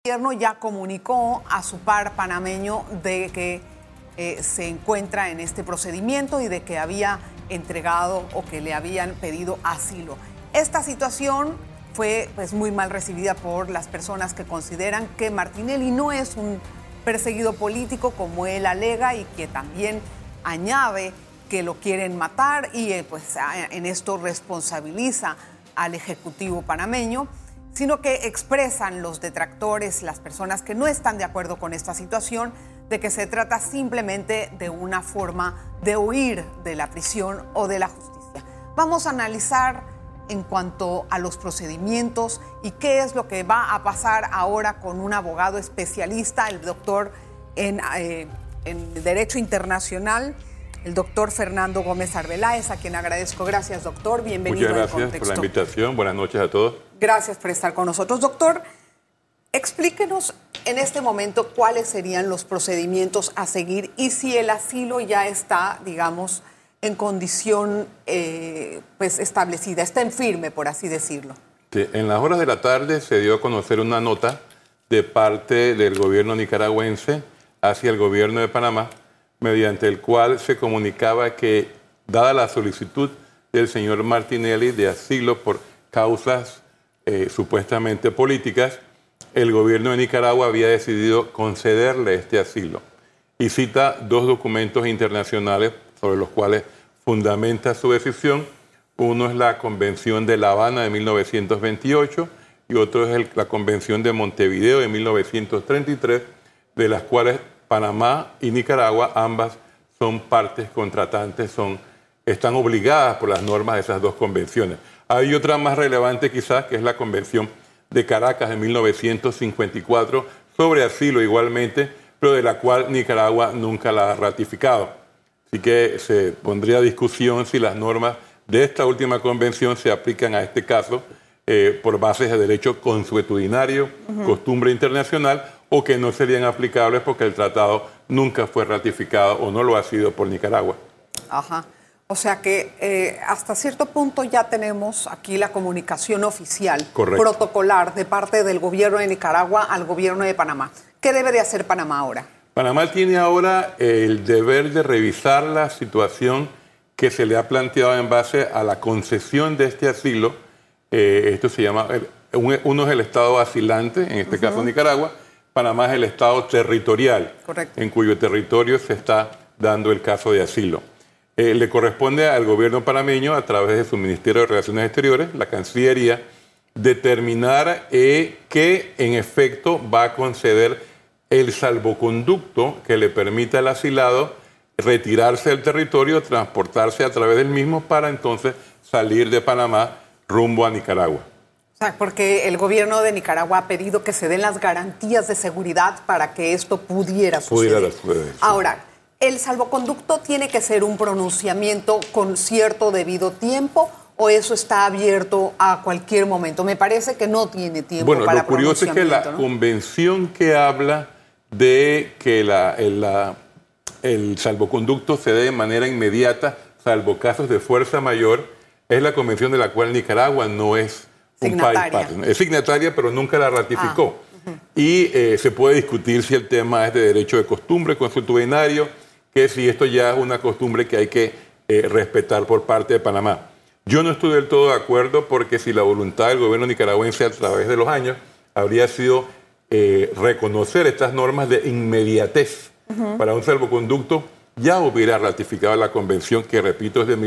El gobierno ya comunicó a su par panameño de que se encuentra en este procedimiento y de que había entregado o que le habían pedido asilo. Esta situación fue muy mal recibida por las personas que consideran que Martinelli no es un perseguido político como él alega y que también añade que lo quieren matar y en esto responsabiliza al Ejecutivo panameño, sino que expresan los detractores, las personas que no están de acuerdo con esta situación, de que se trata simplemente de una forma de huir de la prisión o de la justicia. Vamos a analizar en cuanto a los procedimientos y qué es lo que va a pasar ahora con un abogado especialista, el doctor en Derecho Internacional, el doctor Fernando Gómez Arbeláez, a quien agradezco. Gracias, doctor. Bienvenido. Muchas gracias por la invitación. Buenas noches a todos. Gracias por estar con nosotros. Doctor, explíquenos en este momento cuáles serían los procedimientos a seguir y si el asilo ya está, digamos, en condición establecida, está en firme, por así decirlo. Sí, en las horas de la tarde se dio a conocer una nota de parte del gobierno nicaragüense hacia el gobierno de Panamá, mediante el cual se comunicaba que, dada la solicitud del señor Martinelli de asilo por causas supuestamente políticas, el gobierno de Nicaragua había decidido concederle este asilo. Y cita dos documentos internacionales sobre los cuales fundamenta su decisión. Uno es la Convención de La Habana de 1928 y otro es la Convención de Montevideo de 1933, de las cuales Panamá y Nicaragua, ambas son partes contratantes, están obligadas por las normas de esas dos convenciones. Hay otra más relevante quizás, que es la Convención de Caracas de 1954, sobre asilo igualmente, pero de la cual Nicaragua nunca la ha ratificado. Así que se pondría a discusión si las normas de esta última convención se aplican a este caso por bases de derecho consuetudinario, costumbre internacional, o que no serían aplicables porque el tratado nunca fue ratificado o no lo ha sido por Nicaragua. Ajá. O sea que hasta cierto punto ya tenemos aquí la comunicación oficial, correcto, protocolar, de parte del gobierno de Nicaragua al gobierno de Panamá. ¿Qué debe de hacer Panamá ahora? Panamá tiene ahora el deber de revisar la situación que se le ha planteado en base a la concesión de este asilo. Esto se llama, uno es el Estado asilante, en este caso Nicaragua. Panamá es el Estado territorial, correcto, en cuyo territorio se está dando el caso de asilo. Le corresponde al gobierno panameño, a través de su Ministerio de Relaciones Exteriores, la Cancillería, determinar que en efecto va a conceder el salvoconducto que le permita al asilado retirarse del territorio, transportarse a través del mismo para entonces salir de Panamá rumbo a Nicaragua. O sea, porque el gobierno de Nicaragua ha pedido que se den las garantías de seguridad para que esto pudiera suceder. Sí. Ahora, ¿el salvoconducto tiene que ser un pronunciamiento con cierto debido tiempo o eso está abierto a cualquier momento? Me parece que no tiene tiempo para pronunciamiento. Bueno, lo curioso es que la convención que habla de que el salvoconducto se dé de manera inmediata, salvo casos de fuerza mayor, es la convención de la cual Nicaragua no es un país parte. Es signataria, pero nunca la ratificó. Y se puede discutir si el tema es de derecho de costumbre, consuetudinario, que si esto ya es una costumbre que hay que respetar por parte de Panamá. Yo no estoy del todo de acuerdo porque si la voluntad del gobierno nicaragüense a través de los años habría sido reconocer estas normas de inmediatez para un salvoconducto, ya hubiera ratificado la convención que, repito, es de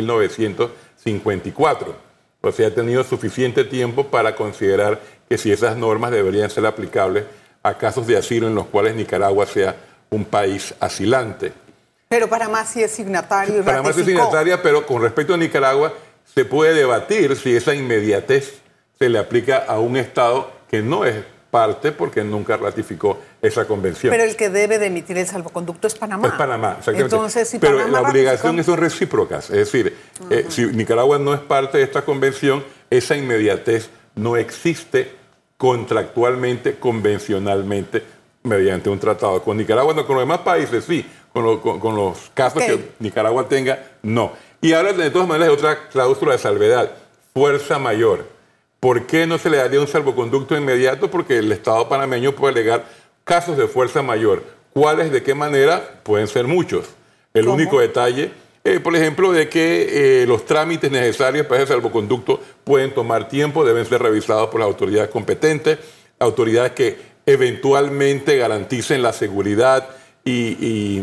1954. O sea, ha tenido suficiente tiempo para considerar que si esas normas deberían ser aplicables a casos de asilo en los cuales Nicaragua sea un país asilante. Pero Panamá sí es signatario y ratificó. Panamá sí es signataria, pero con respecto a Nicaragua se puede debatir si esa inmediatez se le aplica a un Estado que no es parte porque nunca ratificó esa convención. Pero el que debe de emitir el salvoconducto es Panamá. Es Panamá, exactamente. Entonces, si pero Panamá las obligaciones son recíprocas. Es decir, si Nicaragua no es parte de esta convención, esa inmediatez no existe contractualmente, convencionalmente, mediante un tratado. Con Nicaragua no, con los demás países sí, con los casos que Nicaragua tenga, no. Y ahora, de todas maneras, hay otra cláusula de salvedad, fuerza mayor. ¿Por qué no se le daría un salvoconducto inmediato? Porque el Estado panameño puede alegar casos de fuerza mayor. ¿Cuáles, de qué manera? Pueden ser muchos. El ¿Cómo? único detalle, por ejemplo, de que los trámites necesarios para ese salvoconducto pueden tomar tiempo, deben ser revisados por las autoridades competentes, autoridades que eventualmente garanticen la seguridad y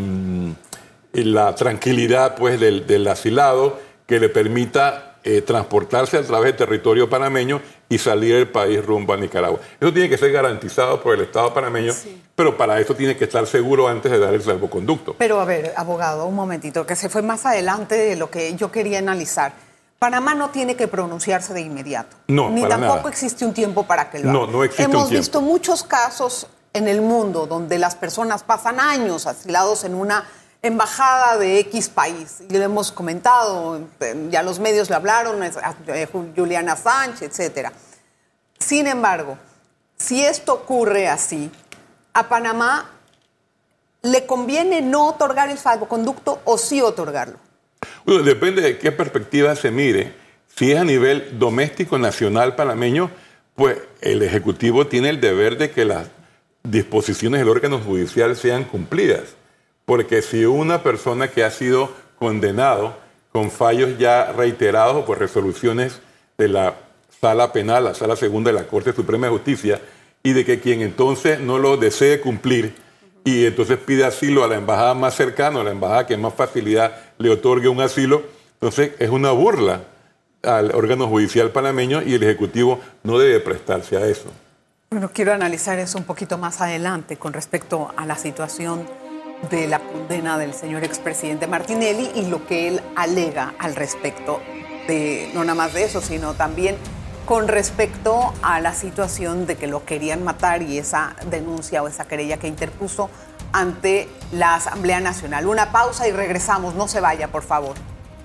la tranquilidad pues, del asilado, que le permita transportarse a través del territorio panameño y salir del país rumbo a Nicaragua. Eso tiene que ser garantizado por el Estado panameño, sí, pero para eso tiene que estar seguro antes de dar el salvoconducto. Pero a ver, abogado, un momentito, que se fue más adelante de lo que yo quería analizar. Panamá no tiene que pronunciarse de inmediato. No, ni para tampoco nada. Existe un tiempo para que lo haga. No existe un tiempo. Hemos visto muchos casos en el mundo donde las personas pasan años asilados en una embajada de X país. Y lo hemos comentado, ya los medios le hablaron, Julian Assange, etcétera. Sin embargo, si esto ocurre así, a Panamá ¿le conviene no otorgar el salvoconducto o sí otorgarlo? Bueno, depende de qué perspectiva se mire. Si es a nivel doméstico, nacional, panameño, pues el Ejecutivo tiene el deber de que las disposiciones del órgano judicial sean cumplidas. Porque si una persona que ha sido condenado con fallos ya reiterados o por resoluciones de la Sala Penal, la Sala Segunda de la Corte Suprema de Justicia, y de que quien entonces no lo desee cumplir y entonces pide asilo a la embajada más cercana, a la embajada que más facilidad le otorgue un asilo, entonces es una burla al órgano judicial panameño y el Ejecutivo no debe prestarse a eso. Bueno, quiero analizar eso un poquito más adelante con respecto a la situación de la condena del señor expresidente Martinelli y lo que él alega al respecto de, no nada más de eso, sino también con respecto a la situación de que lo querían matar y esa denuncia o esa querella que interpuso ante la Asamblea Nacional. Una pausa y regresamos, no se vaya, por favor.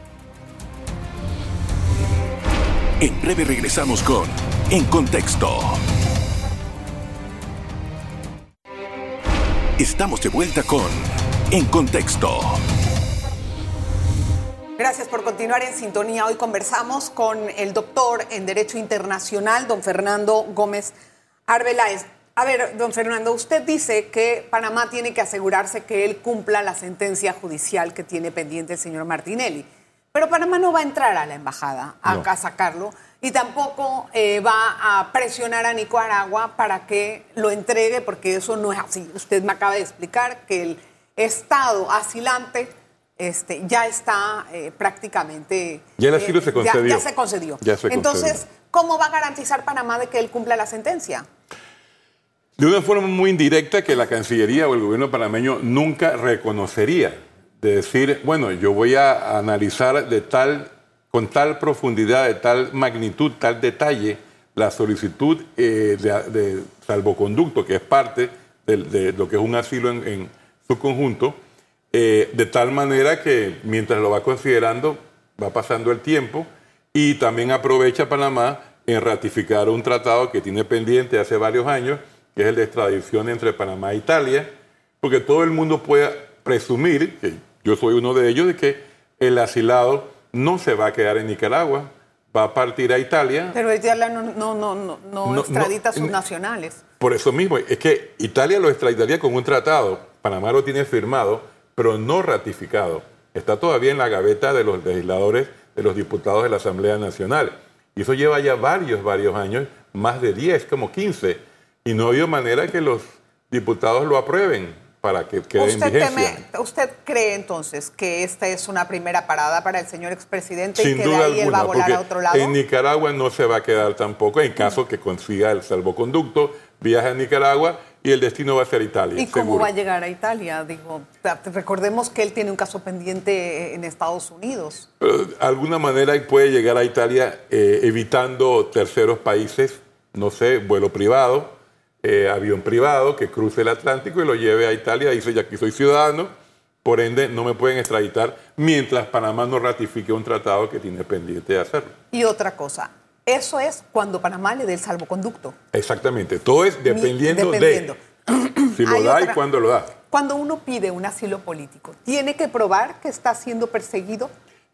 En breve regresamos con En Contexto. Estamos de vuelta con En Contexto. Gracias por continuar en sintonía. Hoy conversamos con el doctor en Derecho Internacional, don Fernando Gómez Arbeláez. A ver, don Fernando, usted dice que Panamá tiene que asegurarse que él cumpla la sentencia judicial que tiene pendiente el señor Martinelli. Pero Panamá no va a entrar a la embajada a sacarlo y tampoco va a presionar a Nicaragua para que lo entregue, porque eso no es así. Usted me acaba de explicar que el Estado asilante ya está prácticamente... Ya el asilo se concedió. Ya se concedió. Entonces, ¿cómo va a garantizar Panamá de que él cumpla la sentencia? De una forma muy indirecta que la Cancillería o el gobierno panameño nunca reconocería. De decir, bueno, yo voy a analizar con tal profundidad, de tal magnitud, tal detalle, la solicitud de salvoconducto, que es parte de lo que es un asilo en su conjunto, de tal manera que mientras lo va considerando, va pasando el tiempo y también aprovecha Panamá en ratificar un tratado que tiene pendiente hace varios años, que es el de extradición entre Panamá e Italia, porque todo el mundo puede presumir, que yo soy uno de ellos, de que el asilado no se va a quedar en Nicaragua, va a partir a Italia. Pero Italia no extradita a sus nacionales. Por eso mismo, es que Italia lo extraditaría con un tratado, Panamá lo tiene firmado, pero no ratificado. Está todavía en la gaveta de los legisladores, de los diputados de la Asamblea Nacional. Y eso lleva ya varios años, más de 10, como 15. Y no ha habido manera que los diputados lo aprueben para que quede en vigencia. ¿Usted cree entonces que esta es una primera parada para el señor expresidente Sin y que duda de ahí él va a alguna, volar a otro lado? En Nicaragua no se va a quedar tampoco, en caso que consiga el salvoconducto, viaja a Nicaragua y el destino va a ser Italia. ¿Y cómo va a llegar a Italia? Digo, recordemos que él tiene un caso pendiente en Estados Unidos. Pero de alguna manera puede llegar a Italia evitando terceros países, no sé, vuelo privado, avión privado que cruce el Atlántico y lo lleve a Italia. Dice, ya aquí soy ciudadano, por ende no me pueden extraditar mientras Panamá no ratifique un tratado que tiene pendiente de hacerlo. Y otra cosa, eso es cuando Panamá le dé el salvoconducto. Exactamente, todo es dependiendo. De si lo da y cuándo lo da. Cuando uno pide un asilo político, ¿tiene que probar que está siendo perseguido?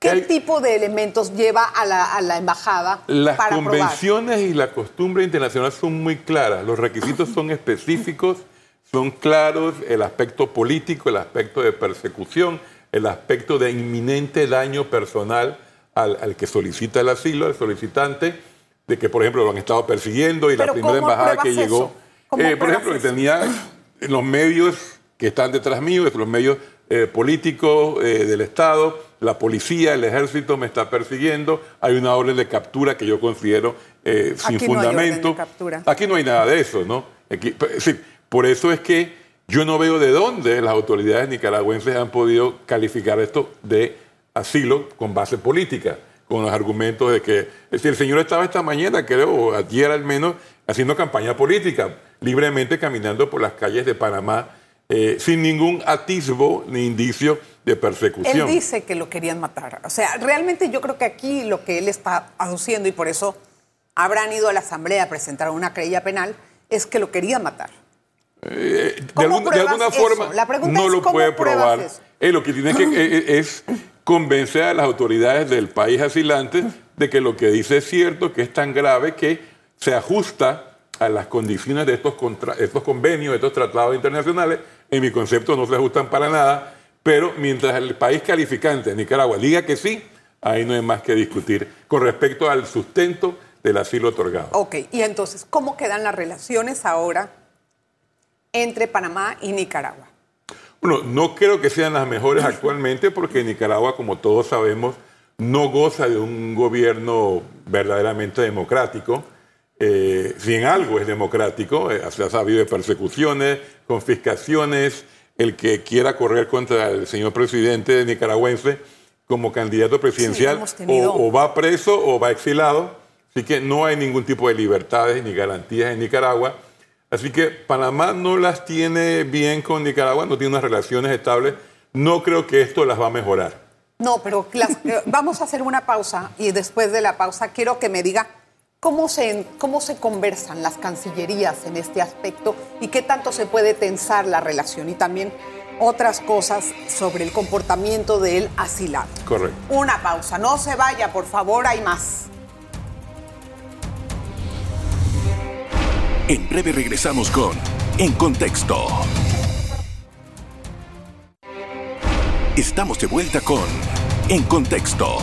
¿Qué tipo de elementos lleva a la embajada Las para convenciones y la costumbre internacional son muy claras, los requisitos son específicos, son claros, el aspecto político, el aspecto de persecución, el aspecto de inminente daño personal al que solicita el asilo, al solicitante, de que, por ejemplo, lo han estado persiguiendo y la primera embajada que llegó, por ejemplo, que tenía los medios que están detrás mío, los medios políticos del Estado, la policía, el ejército me está persiguiendo, hay una orden de captura que yo considero sin fundamento. Aquí no hay nada de eso, ¿no? Aquí, sí, por eso es que yo no veo de dónde las autoridades nicaragüenses han podido calificar esto de asilo con base política, con los argumentos de que el señor estaba esta mañana, creo, o ayer al menos, haciendo campaña política, libremente caminando por las calles de Panamá, sin ningún atisbo ni indicio de persecución. Él dice que lo querían matar. O sea, realmente yo creo que aquí lo que él está aduciendo, y por eso habrán ido a la Asamblea a presentar una querella penal, es que lo querían matar. De alguna forma no lo puede probar. Lo que tiene que es convencer a las autoridades del país asilante de que lo que dice es cierto, que es tan grave que se ajusta a las condiciones de estos convenios, de estos tratados internacionales. En mi concepto no se ajustan para nada, pero mientras el país calificante, Nicaragua, diga que sí, ahí no hay más que discutir con respecto al sustento del asilo otorgado. Ok, y entonces, ¿cómo quedan las relaciones ahora entre Panamá y Nicaragua? Bueno, no creo que sean las mejores actualmente porque Nicaragua, como todos sabemos, no goza de un gobierno verdaderamente democrático. Si en algo es democrático, se ha sabido de persecuciones, confiscaciones, el que quiera correr contra el señor presidente nicaragüense como candidato presidencial o va preso o va exilado. Así que no hay ningún tipo de libertades ni garantías en Nicaragua. Así que Panamá no las tiene bien con Nicaragua, no tiene unas relaciones estables. No creo que esto las va a mejorar. No, pero vamos a hacer una pausa y después de la pausa quiero que me diga cómo se conversan las cancillerías en este aspecto y qué tanto se puede tensar la relación y también otras cosas sobre el comportamiento del asilado. Correcto. Una pausa, no se vaya, por favor, hay más. En breve regresamos con En Contexto. Estamos de vuelta con En Contexto.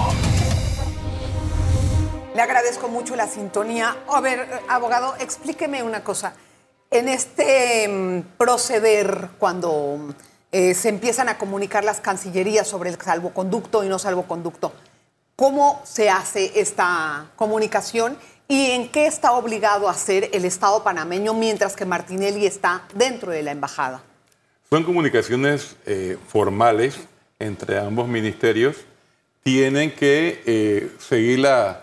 Le agradezco mucho la sintonía. A ver, abogado, explíqueme una cosa. En este proceder, cuando se empiezan a comunicar las cancillerías sobre el salvoconducto y no salvoconducto, ¿cómo se hace esta comunicación y en qué está obligado a hacer el Estado panameño mientras que Martinelli está dentro de la embajada? Son comunicaciones formales entre ambos ministerios. Tienen que seguir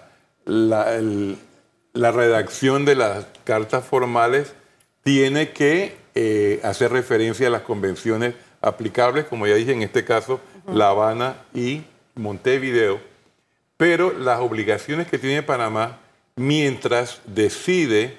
la redacción de las cartas formales, tiene que hacer referencia a las convenciones aplicables, como ya dije, en este caso, La Habana y Montevideo, pero las obligaciones que tiene Panamá mientras decide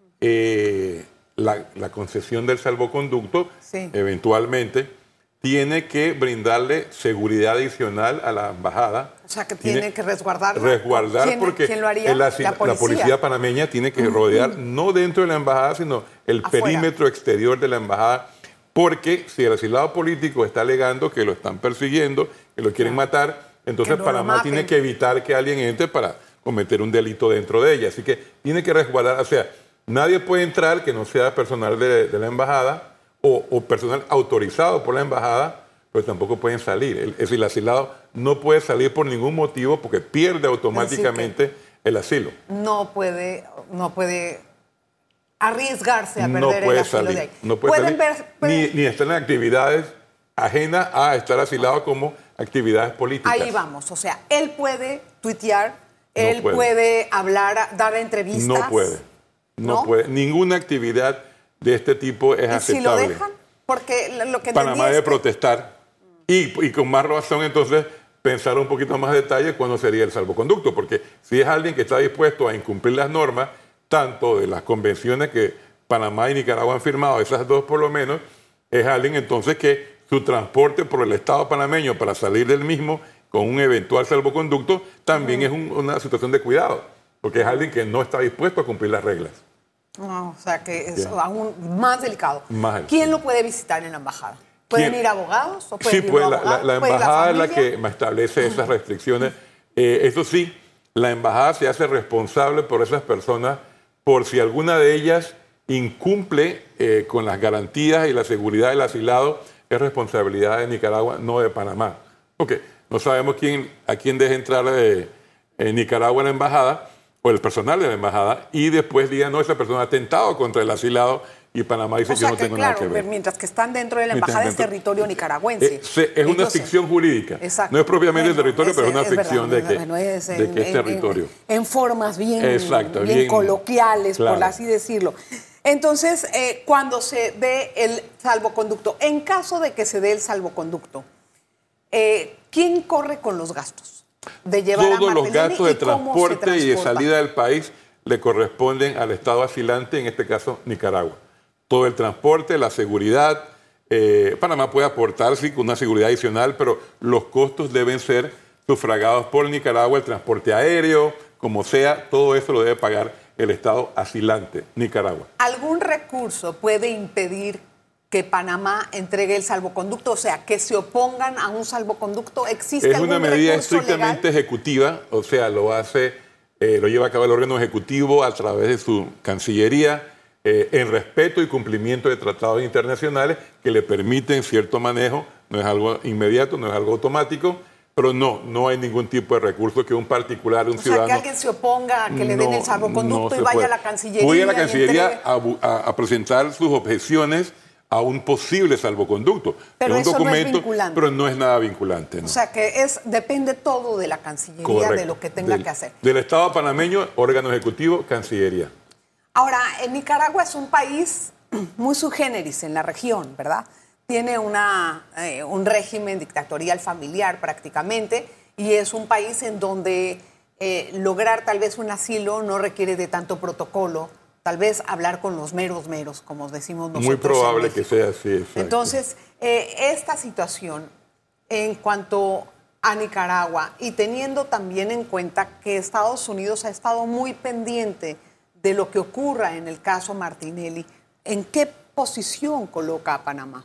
la concesión del salvoconducto, sí, eventualmente, tiene que brindarle seguridad adicional a la embajada. O sea, que tiene que resguardar. Porque ¿quién lo haría? La policía panameña tiene que rodear, no dentro de la embajada, sino el afuera, perímetro exterior de la embajada, porque si el asilado político está alegando que lo están persiguiendo, que lo quieren matar, entonces Panamá tiene que evitar que alguien entre para cometer un delito dentro de ella. Así que tiene que resguardar, o sea, nadie puede entrar que no sea personal de la embajada, o personal autorizado por la embajada, pero tampoco pueden salir. Es decir, el asilado no puede salir por ningún motivo porque pierde automáticamente el asilo. No puede arriesgarse a perder el asilo de ahí. No puede salir, ni estar en actividades ajenas a estar asilado como actividades políticas. Ahí vamos, o sea, él puede tuitear, él puede hablar, dar entrevistas. No puede. Ninguna actividad de este tipo es aceptable. ¿Y si lo dejan? Porque lo que Panamá debe protestar y con más razón entonces pensar un poquito más detalle cuándo sería el salvoconducto, porque si es alguien que está dispuesto a incumplir las normas, tanto de las convenciones que Panamá y Nicaragua han firmado, esas dos por lo menos, es alguien entonces que su transporte por el Estado panameño para salir del mismo con un eventual salvoconducto, también es una situación de cuidado, porque es alguien que no está dispuesto a cumplir las reglas. No, o sea que es aún más delicado. Más ¿Quién lo puede visitar en la embajada? ¿Pueden ir abogados? ¿O pueden sí, ir pues abogados? la embajada es la familia? que establece esas restricciones. Eso sí, la embajada se hace responsable por esas personas por si alguna de ellas incumple con las garantías y la seguridad del asilado. Es responsabilidad de Nicaragua, no de Panamá. Porque no sabemos a quién deja entrar Nicaragua en la embajada o el personal de la embajada y después digan, no, esa persona ha atentado contra el asilado y Panamá dice, yo no tengo nada que ver. Mientras que están dentro de la embajada es territorio nicaragüense. Es una ficción jurídica. Exacto. No es propiamente el territorio, pero es una ficción de que es territorio. En formas bien coloquiales, claro, por así decirlo. Entonces, cuando se dé el salvoconducto, en caso de que se dé el salvoconducto, ¿quién corre con los gastos de llevar Todos los gastos de transporte transporte y de salida del país le corresponden al Estado asilante, en este caso Nicaragua. Todo el transporte, la seguridad. Panamá puede aportar, sí, con una seguridad adicional, pero los costos deben ser sufragados por Nicaragua, el transporte aéreo, como sea, todo eso lo debe pagar el Estado asilante, Nicaragua. ¿Algún recurso puede impedir que Panamá entregue el salvoconducto? O sea, que se opongan a un salvoconducto. ¿Existe algún recurso legal? Es una medida estrictamente ejecutiva, o sea, lo lleva a cabo el órgano ejecutivo a través de su Cancillería, en respeto y cumplimiento de tratados internacionales que le permiten cierto manejo. No es algo inmediato, no es algo automático, pero no hay ningún tipo de recurso que un particular, un ciudadano... O sea, que alguien se oponga a que le den el salvoconducto y vaya a la Cancillería... Voy a la Cancillería a presentar sus objeciones a un posible salvoconducto. Pero es un documento, no es vinculante. Pero no es nada vinculante. ¿No? O sea, que depende todo de la Cancillería, correcto, de lo que tenga que hacer. Del Estado panameño, órgano ejecutivo, Cancillería. Ahora, Nicaragua es un país muy sui generis en la región, ¿verdad? Tiene un régimen dictatorial familiar prácticamente y es un país en donde lograr tal vez un asilo no requiere de tanto protocolo, tal vez hablar con los meros, como decimos nosotros. Muy probable que sea así. Exacto. Entonces, esta situación en cuanto a Nicaragua y teniendo también en cuenta que Estados Unidos ha estado muy pendiente de lo que ocurra en el caso Martinelli, ¿en qué posición coloca a Panamá?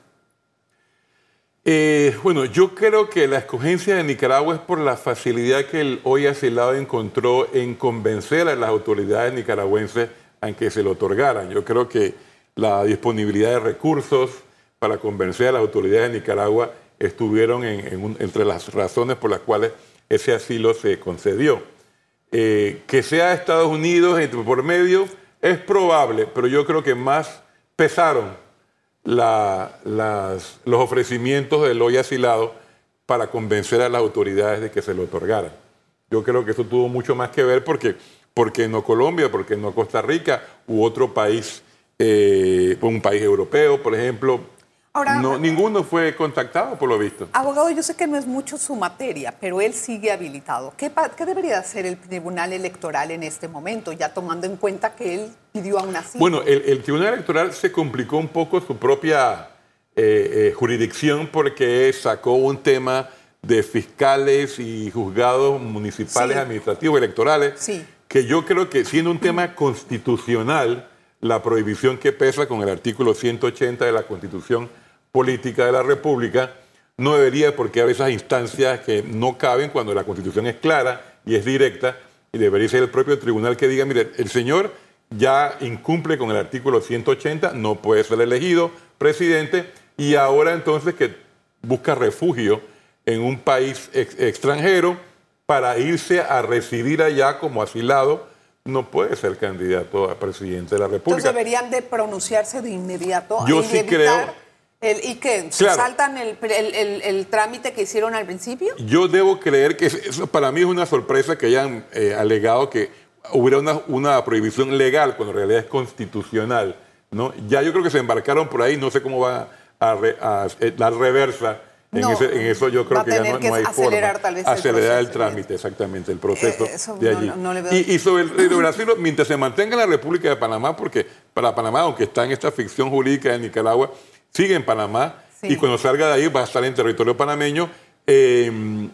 Bueno, yo creo que la escogencia de Nicaragua es por la facilidad que el hoy asilado encontró en convencer a las autoridades nicaragüenses a que se lo otorgaran. Yo creo que la disponibilidad de recursos para convencer a las autoridades de Nicaragua estuvieron entre las razones por las cuales ese asilo se concedió. Que sea Estados Unidos por medio es probable, pero yo creo que más pesaron los ofrecimientos del hoy asilado para convencer a las autoridades de que se lo otorgaran. Yo creo que eso tuvo mucho más que ver porque no Colombia, porque no Costa Rica u otro país, un país europeo, por ejemplo. Ahora, ninguno fue contactado, por lo visto. Abogado, yo sé que no es mucho su materia, pero él sigue habilitado. ¿Qué debería hacer el Tribunal Electoral en este momento, ya tomando en cuenta que él pidió aún así? Bueno, el Tribunal Electoral se complicó un poco su propia jurisdicción porque sacó un tema de fiscales y juzgados municipales, administrativos, electorales, que yo creo que siendo un tema constitucional, la prohibición que pesa con el artículo 180 de la Constitución Política de la República, no debería, porque hay esas instancias que no caben cuando la Constitución es clara y es directa, y debería ser el propio tribunal que diga, mire, el señor ya incumple con el artículo 180, no puede ser elegido presidente, y ahora entonces que busca refugio en un país extranjero para irse a residir allá como asilado, no puede ser candidato a presidente de la República. Entonces deberían de pronunciarse de inmediato. Yo sí creo. ¿Y qué? ¿Se saltan el trámite que hicieron al principio? Yo debo creer que eso para mí es una sorpresa que hayan alegado que hubiera una prohibición legal cuando en realidad es constitucional, ¿no? Ya yo creo que se embarcaron por ahí, no sé cómo va a dar reversa. En eso yo creo que ya no hay forma. Acelerar el trámite, exactamente, el proceso de allí. No le veo. Y sobre el Brasil, mientras se mantenga en la República de Panamá, porque para Panamá, aunque está en esta ficción jurídica de Nicaragua, sigue en Panamá y cuando salga de ahí va a estar en territorio panameño.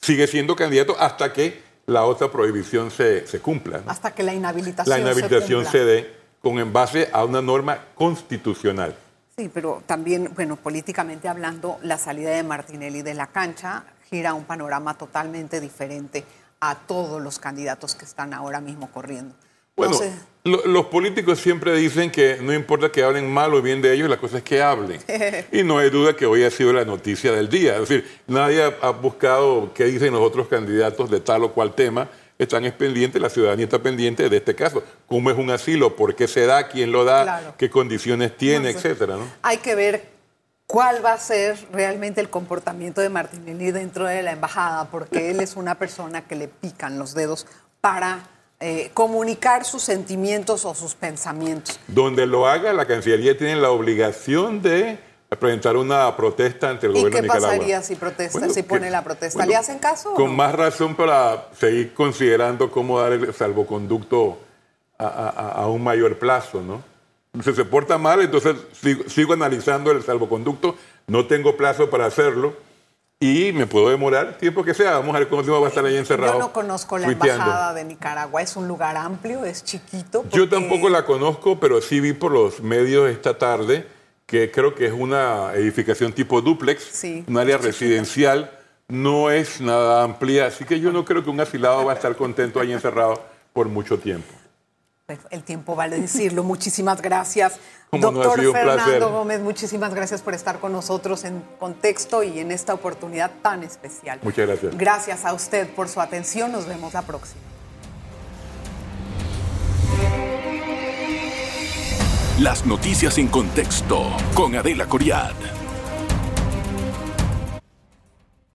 sigue siendo candidato hasta que la otra prohibición se cumpla, ¿no? Hasta que la inhabilitación se dé en base a una norma constitucional. Sí, pero también, bueno, políticamente hablando, la salida de Martinelli de la cancha gira un panorama totalmente diferente a todos los candidatos que están ahora mismo corriendo. Bueno, los políticos siempre dicen que no importa que hablen mal o bien de ellos, la cosa es que hablen. Y no hay duda que hoy ha sido la noticia del día. Es decir, nadie ha buscado qué dicen los otros candidatos de tal o cual tema. Están pendientes, la ciudadanía está pendiente de este caso. ¿Cómo es un asilo? ¿Por qué se da? ¿Quién lo da? Claro. ¿Qué condiciones tiene? Etcétera, ¿no? Hay que ver cuál va a ser realmente el comportamiento de Martinelli dentro de la embajada, porque él es una persona que le pican los dedos para comunicar sus sentimientos o sus pensamientos. Donde lo haga, la Cancillería tiene la obligación de presentar una protesta ante el gobierno de Nicaragua. ¿Y qué pasaría si protesta, si pone la protesta? Bueno, ¿le hacen caso? Con más razón para seguir considerando cómo dar el salvoconducto a un mayor plazo, ¿no? Si se porta mal, entonces sigo analizando el salvoconducto, no tengo plazo para hacerlo y me puedo demorar tiempo que sea. Vamos a ver cómo va a estar ahí encerrado. Yo no conozco la embajada de Nicaragua, es un lugar amplio, es chiquito. Yo tampoco la conozco, pero sí vi por los medios esta tarde que creo que es una edificación tipo dúplex, sí, un área residencial, no es nada amplia, así que yo no creo que un asilado va a estar contento ahí encerrado por mucho tiempo. El tiempo vale decirlo. Muchísimas gracias. Doctor Fernando Gómez, muchísimas gracias por estar con nosotros en Contexto y en esta oportunidad tan especial. Muchas gracias. Gracias a usted por su atención. Nos vemos la próxima. Las noticias en contexto con Adela Coriad.